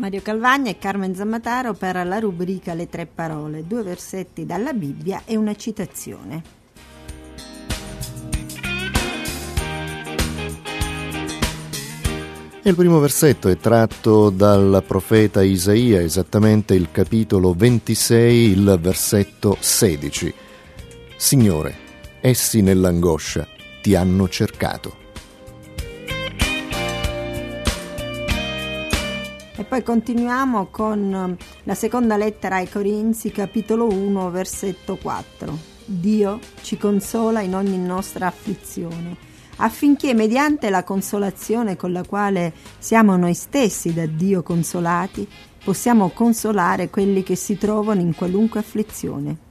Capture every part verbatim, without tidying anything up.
Mario Calvagna e Carmen Zammataro per la rubrica Le tre parole, due versetti dalla Bibbia e una citazione. Il primo versetto è tratto dal profeta Isaia, esattamente il capitolo ventisei, il versetto sedici. Signore, essi nell'angoscia ti hanno cercato. E poi continuiamo con la seconda lettera ai Corinzi, capitolo uno, versetto quattro. Dio ci consola in ogni nostra afflizione, affinché mediante la consolazione con la quale siamo noi stessi da Dio consolati, possiamo consolare quelli che si trovano in qualunque afflizione.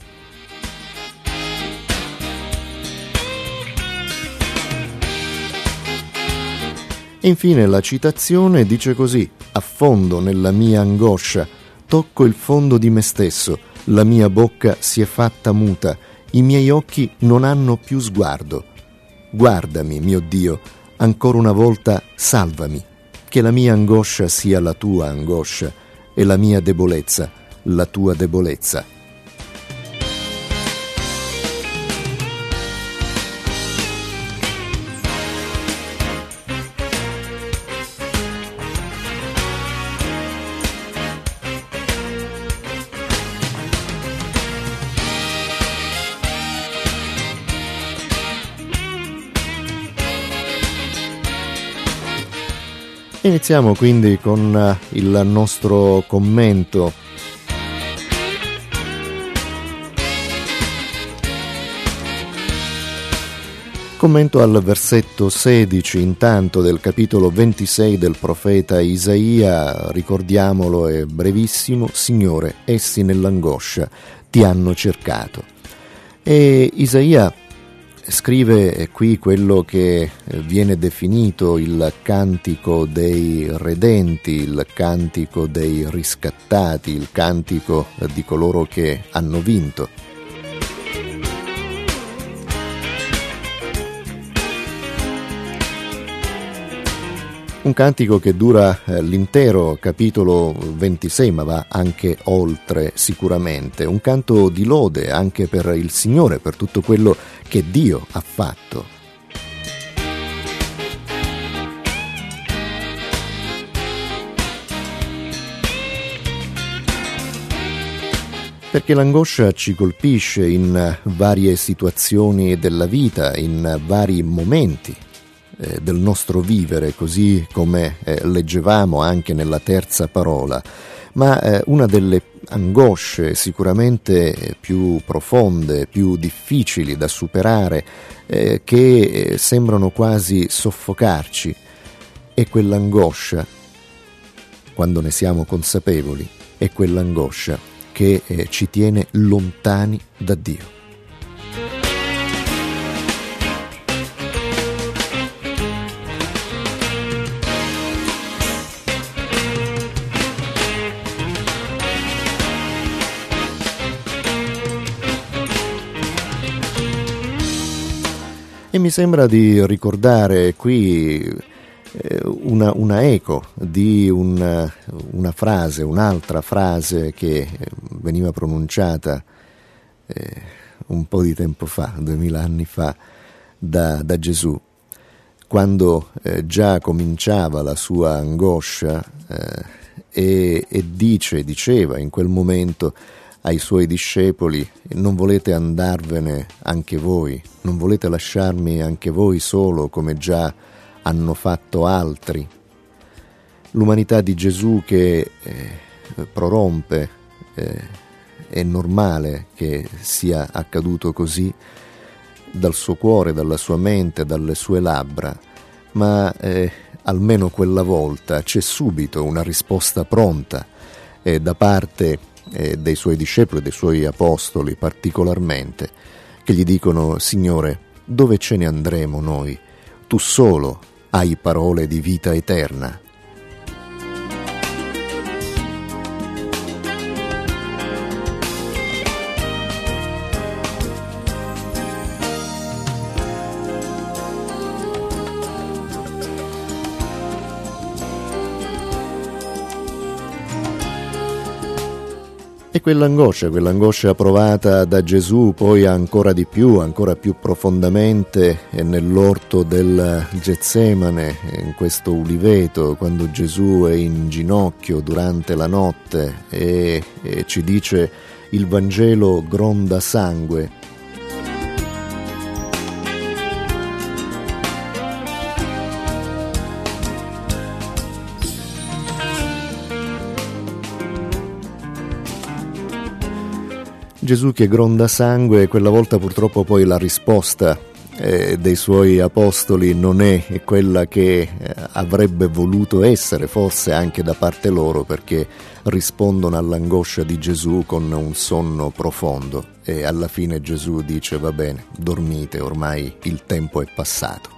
Infine la citazione dice così: affondo nella mia angoscia, tocco il fondo di me stesso, la mia bocca si è fatta muta, i miei occhi non hanno più sguardo. Guardami, mio Dio, ancora una volta salvami, che la mia angoscia sia la tua angoscia e la mia debolezza la tua debolezza. Iniziamo quindi con il nostro commento. Commento al versetto sedici intanto del capitolo ventisei del profeta Isaia, ricordiamolo, è brevissimo: Signore, essi nell'angoscia ti hanno cercato. E Isaia scrive qui quello che viene definito il cantico dei redenti, il cantico dei riscattati, il cantico di coloro che hanno vinto. Un cantico che dura l'intero capitolo ventisei, ma va anche oltre sicuramente. Un canto di lode anche per il Signore, per tutto quello che Dio ha fatto. Perché l'angoscia ci colpisce in varie situazioni della vita, in vari momenti del nostro vivere, così come eh, leggevamo anche nella terza parola, ma eh, una delle angosce sicuramente più profonde, più difficili da superare, eh, che eh, sembrano quasi soffocarci, è quell'angoscia, quando ne siamo consapevoli, è quell'angoscia che eh, ci tiene lontani da Dio. E mi sembra di ricordare qui eh, una, una eco di un, una frase, un'altra frase che veniva pronunciata eh, un po' di tempo fa, duemila anni fa, da, da Gesù, quando eh, già cominciava la sua angoscia eh, e, e dice, diceva in quel momento ai suoi discepoli: non volete andarvene anche voi? Non volete lasciarmi anche voi solo come già hanno fatto altri? L'umanità di Gesù che eh, prorompe, eh, è normale che sia accaduto così, dal suo cuore, dalla sua mente, dalle sue labbra, ma eh, almeno quella volta c'è subito una risposta pronta eh, da parte Eh, dei suoi discepoli, dei suoi apostoli particolarmente, che gli dicono: Signore, dove ce ne andremo noi? Tu solo hai parole di vita eterna. E quell'angoscia, quell'angoscia provata da Gesù poi ancora di più, ancora più profondamente nell'orto del Getsemane, in questo uliveto, quando Gesù è in ginocchio durante la notte e, e ci dice il Vangelo gronda sangue. Gesù che gronda sangue, quella volta purtroppo poi la risposta eh, dei suoi apostoli non è quella che eh, avrebbe voluto essere, forse anche da parte loro, perché rispondono all'angoscia di Gesù con un sonno profondo e alla fine Gesù dice: va bene, dormite, ormai il tempo è passato.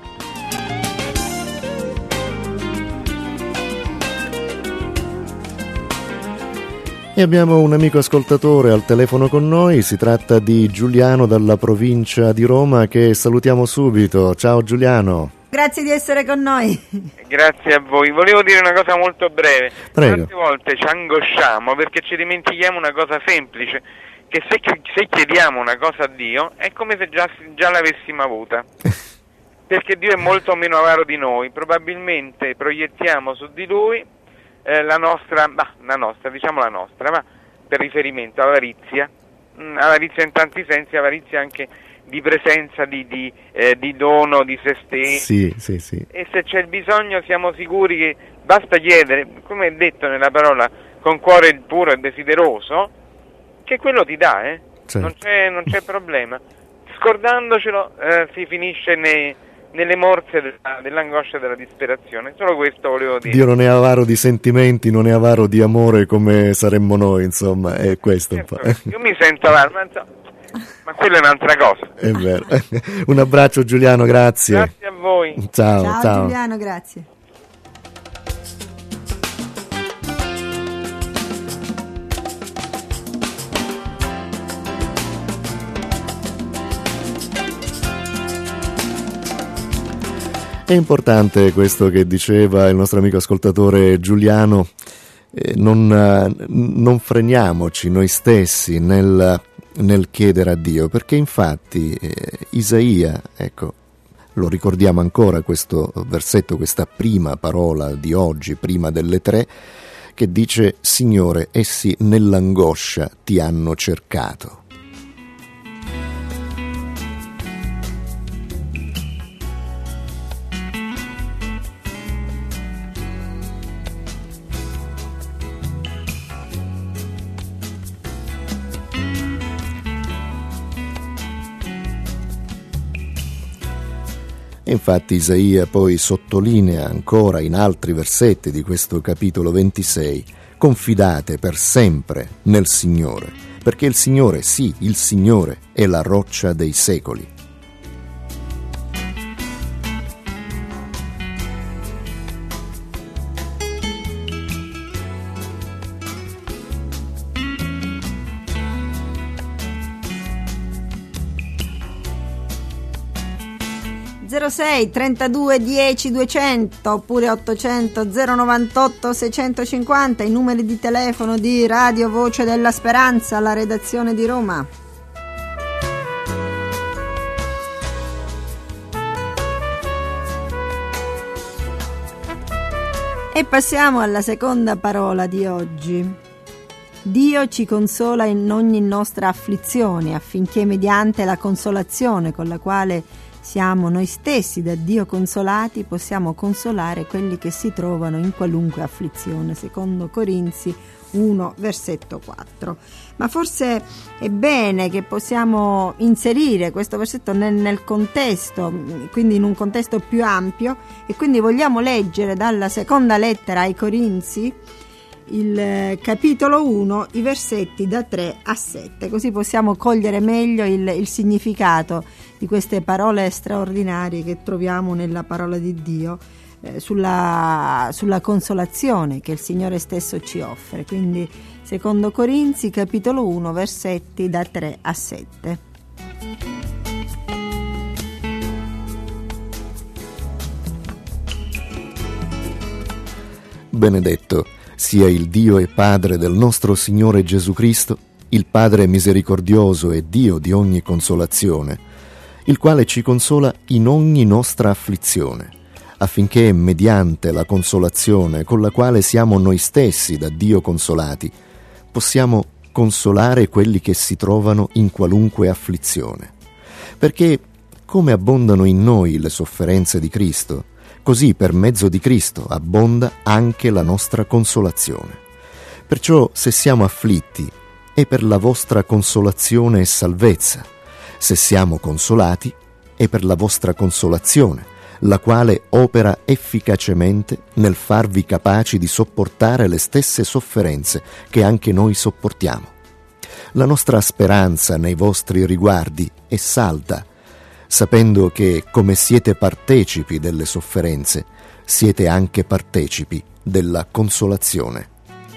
E abbiamo un amico ascoltatore al telefono con noi, si tratta di Giuliano dalla provincia di Roma, che salutiamo subito. Ciao Giuliano. Grazie di essere con noi. Grazie a voi. Volevo dire una cosa molto breve. Prego. Tante volte ci angosciamo perché ci dimentichiamo una cosa semplice, che se, se chiediamo una cosa a Dio è come se già, già l'avessimo avuta. Perché Dio è molto meno avaro di noi, probabilmente proiettiamo su di Lui Eh, la nostra, bah, la nostra, diciamo la nostra, ma per riferimento avarizia, mh, avarizia in tanti sensi, avarizia anche di presenza, di, di, eh, di dono di se stessi. Sì, sì, sì. E se c'è il bisogno siamo sicuri che basta chiedere, come è detto nella parola, con cuore puro e desideroso, che quello ti dà, eh? Certo. Non c'è, non c'è problema. Scordandocelo eh, si finisce nei nelle morse della, dell'angoscia e della disperazione. Solo questo volevo dire. Dio non è avaro di sentimenti, non è avaro di amore come saremmo noi, insomma, è questo certo, un po'. Io mi sento avaro, ma, ma quella è un'altra cosa. È vero. Un abbraccio Giuliano, grazie. Grazie a voi. Ciao, ciao, ciao. Giuliano, grazie. È importante questo che diceva il nostro amico ascoltatore Giuliano, eh, non, eh, non freniamoci noi stessi nel, nel chiedere a Dio, perché infatti eh, Isaia, ecco, lo ricordiamo ancora questo versetto, questa prima parola di oggi, prima delle tre, che dice: Signore, essi nell'angoscia ti hanno cercato. E infatti Isaia poi sottolinea ancora in altri versetti di questo capitolo ventisei: confidate per sempre nel Signore, perché il Signore, sì, il Signore è la roccia dei secoli. zero sei trentadue dieci duecento oppure ottocento zero novantotto seicentocinquanta, i numeri di telefono di Radio Voce della Speranza, la redazione di Roma. E passiamo alla seconda parola di oggi. Dio ci consola in ogni nostra afflizione, affinché mediante la consolazione con la quale siamo noi stessi da Dio consolati possiamo consolare quelli che si trovano in qualunque afflizione, secondo Corinzi uno versetto quattro. Ma forse è bene che possiamo inserire questo versetto nel, nel contesto, quindi in un contesto più ampio, e quindi vogliamo leggere dalla seconda lettera ai Corinzi il capitolo uno, i versetti da tre a sette, così possiamo cogliere meglio il, il significato di queste parole straordinarie che troviamo nella parola di Dio eh, sulla, sulla consolazione che il Signore stesso ci offre. Quindi secondo Corinzi capitolo uno, versetti da tre a sette. Benedetto sia il Dio e Padre del nostro Signore Gesù Cristo, il Padre misericordioso e Dio di ogni consolazione, il quale ci consola in ogni nostra afflizione, affinché mediante la consolazione con la quale siamo noi stessi da Dio consolati, possiamo consolare quelli che si trovano in qualunque afflizione. Perché come abbondano in noi le sofferenze di Cristo, così per mezzo di Cristo abbonda anche la nostra consolazione. Perciò se siamo afflitti è per la vostra consolazione e salvezza, se siamo consolati è per la vostra consolazione, la quale opera efficacemente nel farvi capaci di sopportare le stesse sofferenze che anche noi sopportiamo. La nostra speranza nei vostri riguardi è salda, sapendo che, come siete partecipi delle sofferenze, siete anche partecipi della consolazione.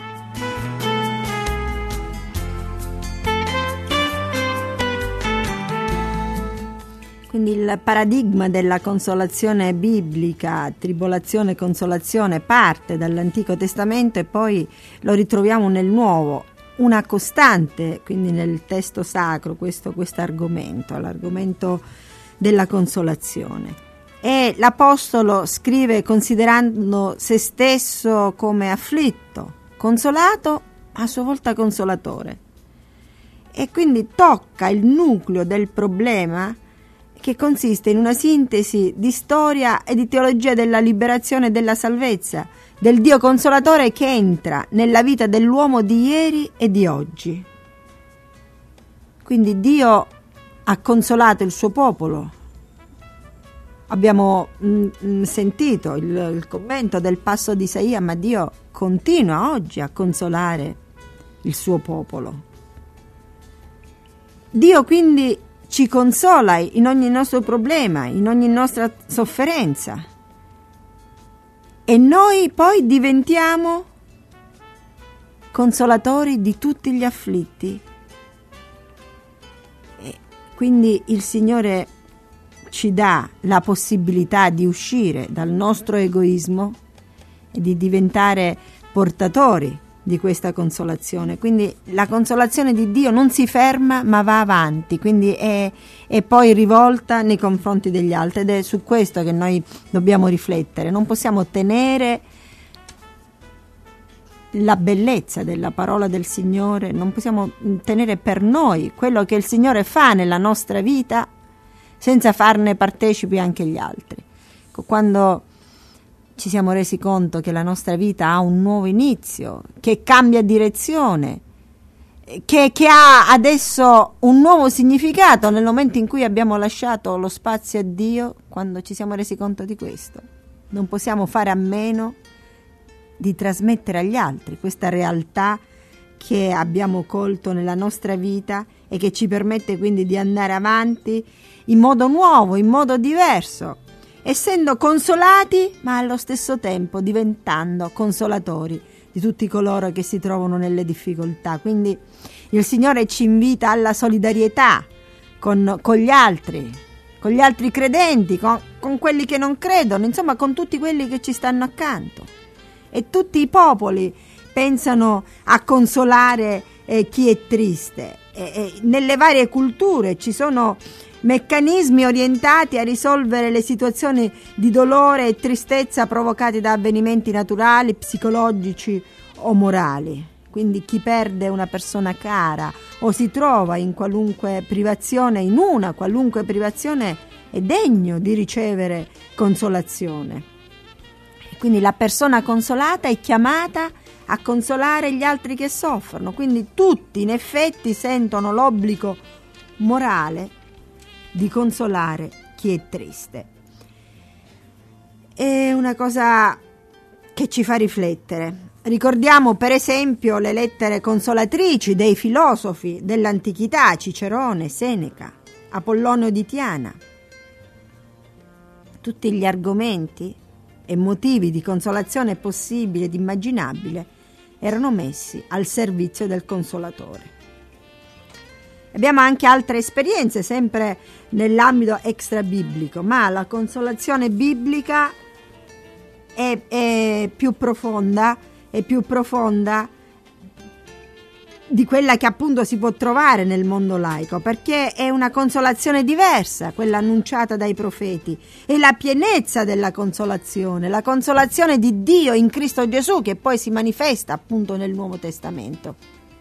Quindi il paradigma della consolazione biblica, tribolazione e consolazione, parte dall'Antico Testamento e poi lo ritroviamo nel Nuovo, una costante, quindi nel testo sacro, questo questo argomento, l'argomento della consolazione. E l'Apostolo scrive considerando se stesso come afflitto, consolato, a sua volta consolatore. E quindi tocca il nucleo del problema, che consiste in una sintesi di storia e di teologia della liberazione e della salvezza, del Dio consolatore che entra nella vita dell'uomo di ieri e di oggi. Quindi Dio ha consolato il suo popolo. Abbiamo mh, sentito il, il commento del passo di Isaia, ma Dio continua oggi a consolare il suo popolo. Dio quindi ci consola in ogni nostro problema, in ogni nostra sofferenza. E noi poi diventiamo consolatori di tutti gli afflitti. E quindi il Signore ci dà la possibilità di uscire dal nostro egoismo e di diventare portatori di questa consolazione. Quindi la consolazione di Dio non si ferma ma va avanti, quindi è, è poi rivolta nei confronti degli altri, ed è su questo che noi dobbiamo riflettere. Non possiamo tenere la bellezza della parola del Signore, non possiamo tenere per noi quello che il Signore fa nella nostra vita senza farne partecipi anche gli altri. Quando ci siamo resi conto che la nostra vita ha un nuovo inizio, che cambia direzione, che, che ha adesso un nuovo significato nel momento in cui abbiamo lasciato lo spazio a Dio, quando ci siamo resi conto di questo, non possiamo fare a meno di trasmettere agli altri questa realtà che abbiamo colto nella nostra vita e che ci permette quindi di andare avanti in modo nuovo, in modo diverso, essendo consolati ma allo stesso tempo diventando consolatori di tutti coloro che si trovano nelle difficoltà. Quindi il Signore ci invita alla solidarietà con, con gli altri, con gli altri credenti, con, con quelli che non credono, insomma con tutti quelli che ci stanno accanto. E tutti i popoli pensano a consolare eh, chi è triste. E, e nelle varie culture ci sono meccanismi orientati a risolvere le situazioni di dolore e tristezza provocate da avvenimenti naturali, psicologici o morali. Quindi chi perde una persona cara o si trova in qualunque privazione, in una qualunque privazione, è degno di ricevere consolazione. Quindi la persona consolata è chiamata a consolare gli altri che soffrono. Quindi tutti in effetti sentono l'obbligo morale di consolare chi è triste. È una cosa che ci fa riflettere. Ricordiamo per esempio le lettere consolatrici dei filosofi dell'antichità, Cicerone, Seneca, Apollonio di Tiana. Tutti gli argomenti e motivi di consolazione possibile ed immaginabile erano messi al servizio del Consolatore. Abbiamo anche altre esperienze, sempre nell'ambito extra-biblico, ma la consolazione biblica è, è più profonda e più profonda di quella che appunto si può trovare nel mondo laico, perché è una consolazione diversa, quella annunciata dai profeti, è la pienezza della consolazione, la consolazione di Dio in Cristo Gesù, che poi si manifesta appunto nel Nuovo Testamento.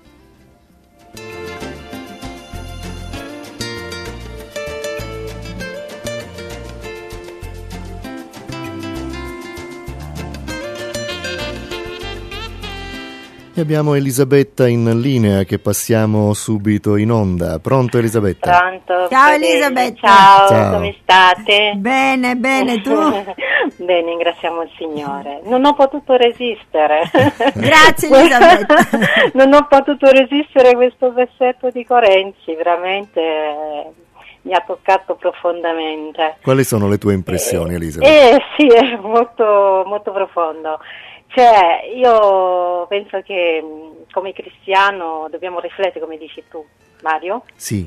E abbiamo Elisabetta in linea che passiamo subito in onda. Pronto Elisabetta? Pronto. Ciao Elisabetta. Ciao, Ciao. Come state? Bene, bene, tu? Bene, ringraziamo il Signore. Non ho potuto resistere. Grazie Elisabetta. Non ho potuto resistere a questo versetto di Corinzi, veramente eh, mi ha toccato profondamente. Quali sono le tue impressioni, Eh, Elisabetta? eh sì, è molto, molto profondo. Cioè, io penso che mh, come cristiano dobbiamo riflettere, come dici tu, Mario. Sì.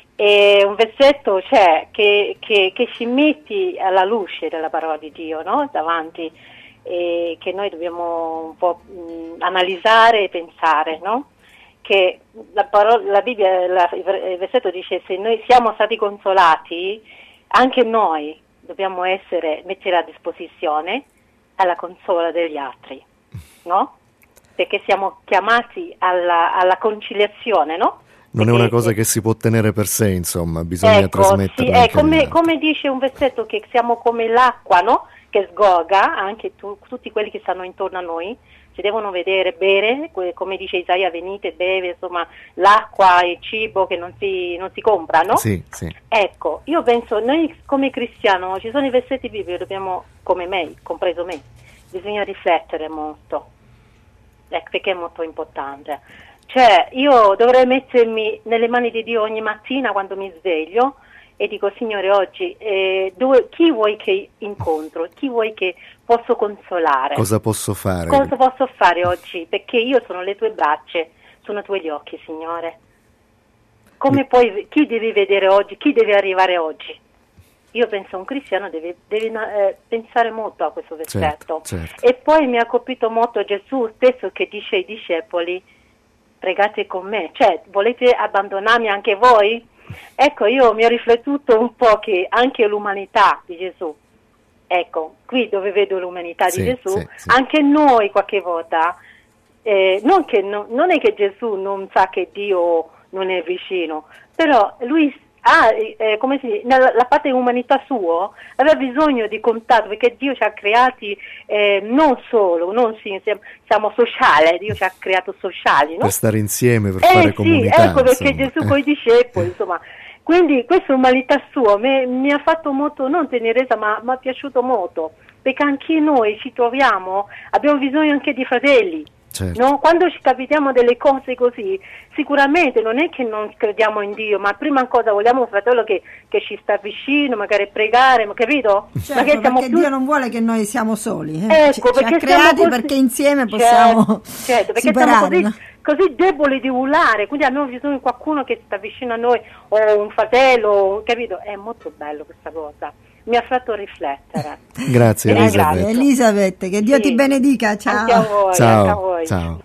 E un versetto c'è che, che, che ci metti alla luce della parola di Dio, no? Davanti, e che noi dobbiamo un po' mh, analizzare e pensare, no? Che la, parola, la Bibbia, la, il versetto dice: se noi siamo stati consolati, anche noi dobbiamo essere, mettere a disposizione alla consola degli altri, no? Perché siamo chiamati alla, alla conciliazione, no? Non Perché, è una cosa che si può tenere per sé, insomma, bisogna ecco, trasmetterla. Sì, è anche agli come, altri. come dice un versetto, che siamo come l'acqua, no? Che sgoga, anche tu, tutti quelli che stanno intorno a noi ci devono vedere, bere, come dice Isaia: venite, beve, insomma, l'acqua e il cibo che non si, non si compra, no? Sì, sì. Ecco, io penso, noi come cristiano, ci sono i versetti biblici, dobbiamo, come me, compreso me, bisogna riflettere molto, ecco, perché è molto importante. Cioè, io dovrei mettermi nelle mani di Dio ogni mattina quando mi sveglio e dico: Signore, oggi eh, dove, chi vuoi che incontro, chi vuoi che posso consolare? Cosa posso fare? Cosa posso fare oggi? Perché io sono le tue braccia, sono i tuoi occhi, Signore. Come poi, chi devi vedere oggi, chi deve arrivare oggi? Io penso un cristiano deve, deve eh, pensare molto a questo versetto. Certo, certo. E poi mi ha colpito molto Gesù stesso che dice ai discepoli: pregate con me, cioè volete abbandonarmi anche voi? Ecco, io mi ho riflettuto un po' che anche l'umanità di Gesù, ecco, qui dove vedo l'umanità Sì, di Gesù, sì, sì. anche noi qualche volta, eh, non, che, no, non è che Gesù non sa che Dio non è vicino, però lui ha, eh, come si dice, nella la parte umanità sua aveva bisogno di contatto, perché Dio ci ha creati eh, non solo, non si, siamo sociali, Dio ci ha creato sociali, no? Per stare insieme, per eh, fare sì, comunità. ecco perché insomma. Gesù con i discepoli, insomma. Quindi questa umanità sua mi, mi ha fatto molto, non tenerezza, ma mi è piaciuto molto, perché anche noi ci troviamo, abbiamo bisogno anche di fratelli. Certo. No? Quando ci capitiamo delle cose così, sicuramente non è che non crediamo in Dio, ma prima ancora vogliamo un fratello che, che ci sta vicino, magari pregare, ma capito? Certo, magari siamo perché più... Dio non vuole che noi siamo soli, eh? Ecco, ci, ci perché ha creati siamo così... perché insieme possiamo certo, certo, perché superare, siamo così, no? così deboli di urlare, quindi abbiamo bisogno di qualcuno che sta vicino a noi, o un fratello, capito? È molto bello questa cosa, mi ha fatto riflettere. Grazie Grazie. Elisabetta. Elisabetta, che Dio Sì. ti benedica, ciao. Anche a voi, Ciao, anche a voi. ciao.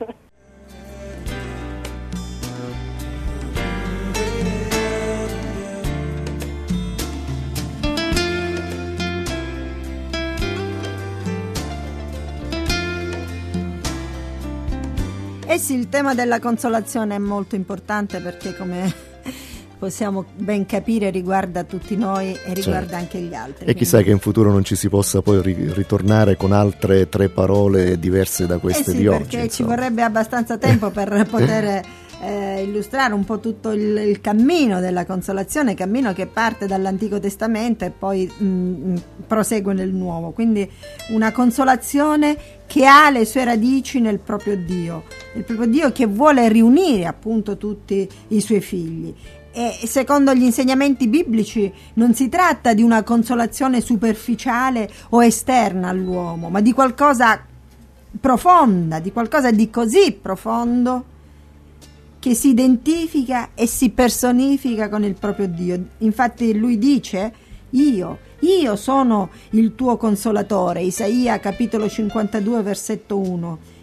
Eh sì, il tema della consolazione è molto importante perché, come possiamo ben capire, riguarda tutti noi e riguarda Certo. anche gli altri. E chissà che in futuro non ci si possa poi ri- ritornare con altre tre parole diverse da queste eh sì, di oggi. perché ci insomma. vorrebbe abbastanza tempo per poter eh, illustrare un po' tutto il, il cammino della consolazione, cammino che parte dall'Antico Testamento e poi mh, prosegue nel Nuovo. Quindi una consolazione che ha le sue radici nel proprio Dio, il proprio Dio che vuole riunire appunto tutti i suoi figli. E secondo gli insegnamenti biblici non si tratta di una consolazione superficiale o esterna all'uomo, ma di qualcosa profonda, di qualcosa di così profondo che si identifica e si personifica con il proprio Dio. Infatti lui dice: io, io sono il tuo consolatore, Isaia capitolo cinquantadue versetto uno.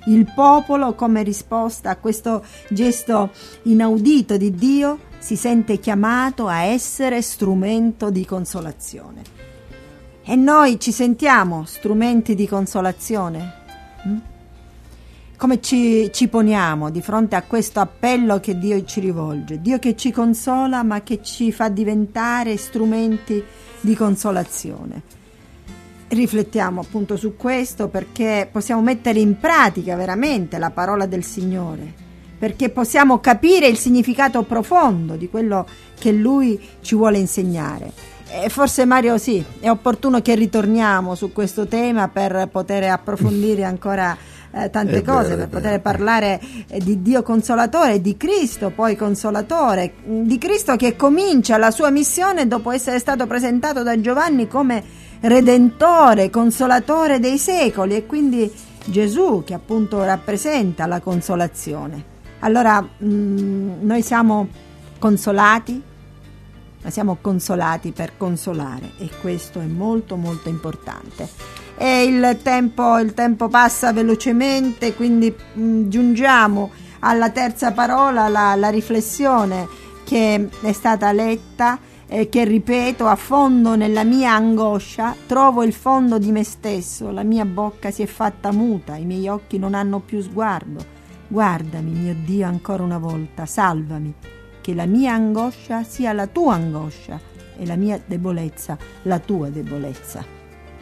Il popolo, come risposta a questo gesto inaudito di Dio, si sente chiamato a essere strumento di consolazione. E noi ci sentiamo strumenti di consolazione? Mm? Come ci, ci poniamo di fronte a questo appello che Dio ci rivolge? Dio che ci consola, ma che ci fa diventare strumenti di consolazione. Riflettiamo appunto su questo, perché possiamo mettere in pratica veramente la parola del Signore, perché possiamo capire il significato profondo di quello che Lui ci vuole insegnare. E forse, Mario, sì, è opportuno che ritorniamo su questo tema per poter approfondire ancora eh, tante è cose, vero, per è poter vero. parlare eh, di Dio consolatore, di Cristo poi consolatore, di Cristo che comincia la sua missione dopo essere stato presentato da Giovanni come Redentore, consolatore dei secoli, e quindi Gesù che appunto rappresenta la consolazione. Allora mh, noi siamo consolati, ma siamo consolati per consolare, e questo è molto molto importante. E il tempo, il tempo passa velocemente, quindi mh, giungiamo alla terza parola, la, la riflessione che è stata letta, eh, che ripeto: affondo nella mia angoscia, trovo il fondo di me stesso, la mia bocca si è fatta muta, i miei occhi non hanno più sguardo. Guardami, mio Dio, ancora una volta, salvami, che la mia angoscia sia la tua angoscia e la mia debolezza la tua debolezza.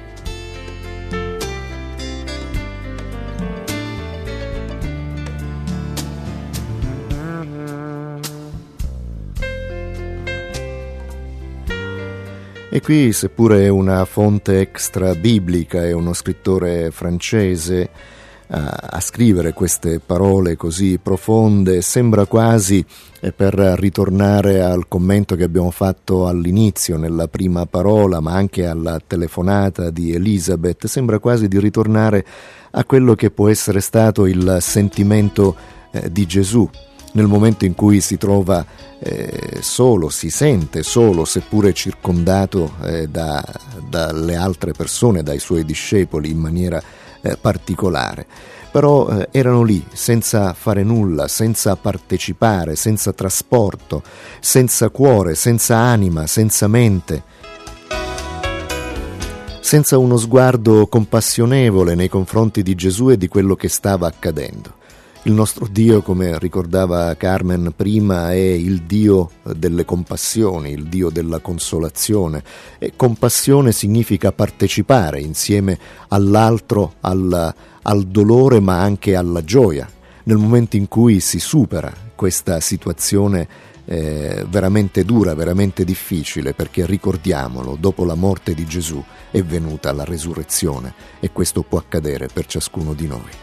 E qui, seppure è una fonte extra biblica, è uno scrittore francese a, a scrivere queste parole così profonde, sembra quasi, eh, per ritornare al commento che abbiamo fatto all'inizio, nella prima parola, ma anche alla telefonata di Elisabeth, sembra quasi di ritornare a quello che può essere stato il sentimento eh, di Gesù nel momento in cui si trova eh, solo, si sente solo, seppure circondato eh, da, dalle altre persone, dai suoi discepoli in maniera eh, particolare. Però eh, erano lì senza fare nulla, senza partecipare, senza trasporto, senza cuore, senza anima, senza mente, senza uno sguardo compassionevole nei confronti di Gesù e di quello che stava accadendo. Il nostro Dio, come ricordava Carmen prima, è il Dio delle compassioni, il Dio della consolazione. E compassione significa partecipare insieme all'altro, al, al dolore, ma anche alla gioia, nel momento in cui si supera questa situazione eh, veramente dura, veramente difficile, perché ricordiamolo, dopo la morte di Gesù è venuta la resurrezione, e questo può accadere per ciascuno di noi.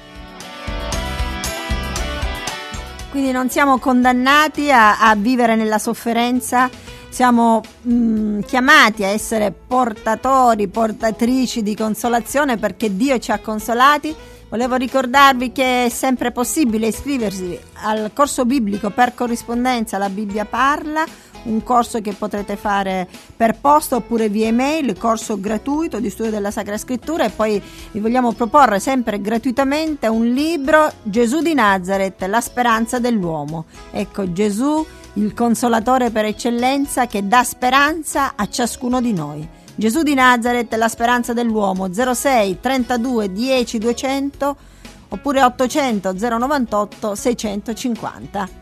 Quindi non siamo condannati a, a vivere nella sofferenza, siamo mh, chiamati a essere portatori, portatrici di consolazione, perché Dio ci ha consolati. Volevo ricordarvi che è sempre possibile iscriversi al corso biblico per corrispondenza La Bibbia Parla, un corso che potrete fare per posta oppure via email, corso gratuito di studio della Sacra Scrittura. E poi vi vogliamo proporre sempre gratuitamente un libro, Gesù di Nazaret, la speranza dell'uomo. Ecco, Gesù, il consolatore per eccellenza, che dà speranza a ciascuno di noi. Gesù di Nazaret, la speranza dell'uomo. Zero sei trentadue dieci duecento oppure ottocento zero novantotto seicentocinquanta.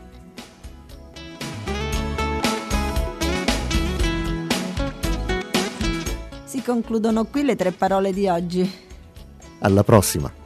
Si concludono qui le tre parole di oggi. Alla prossima!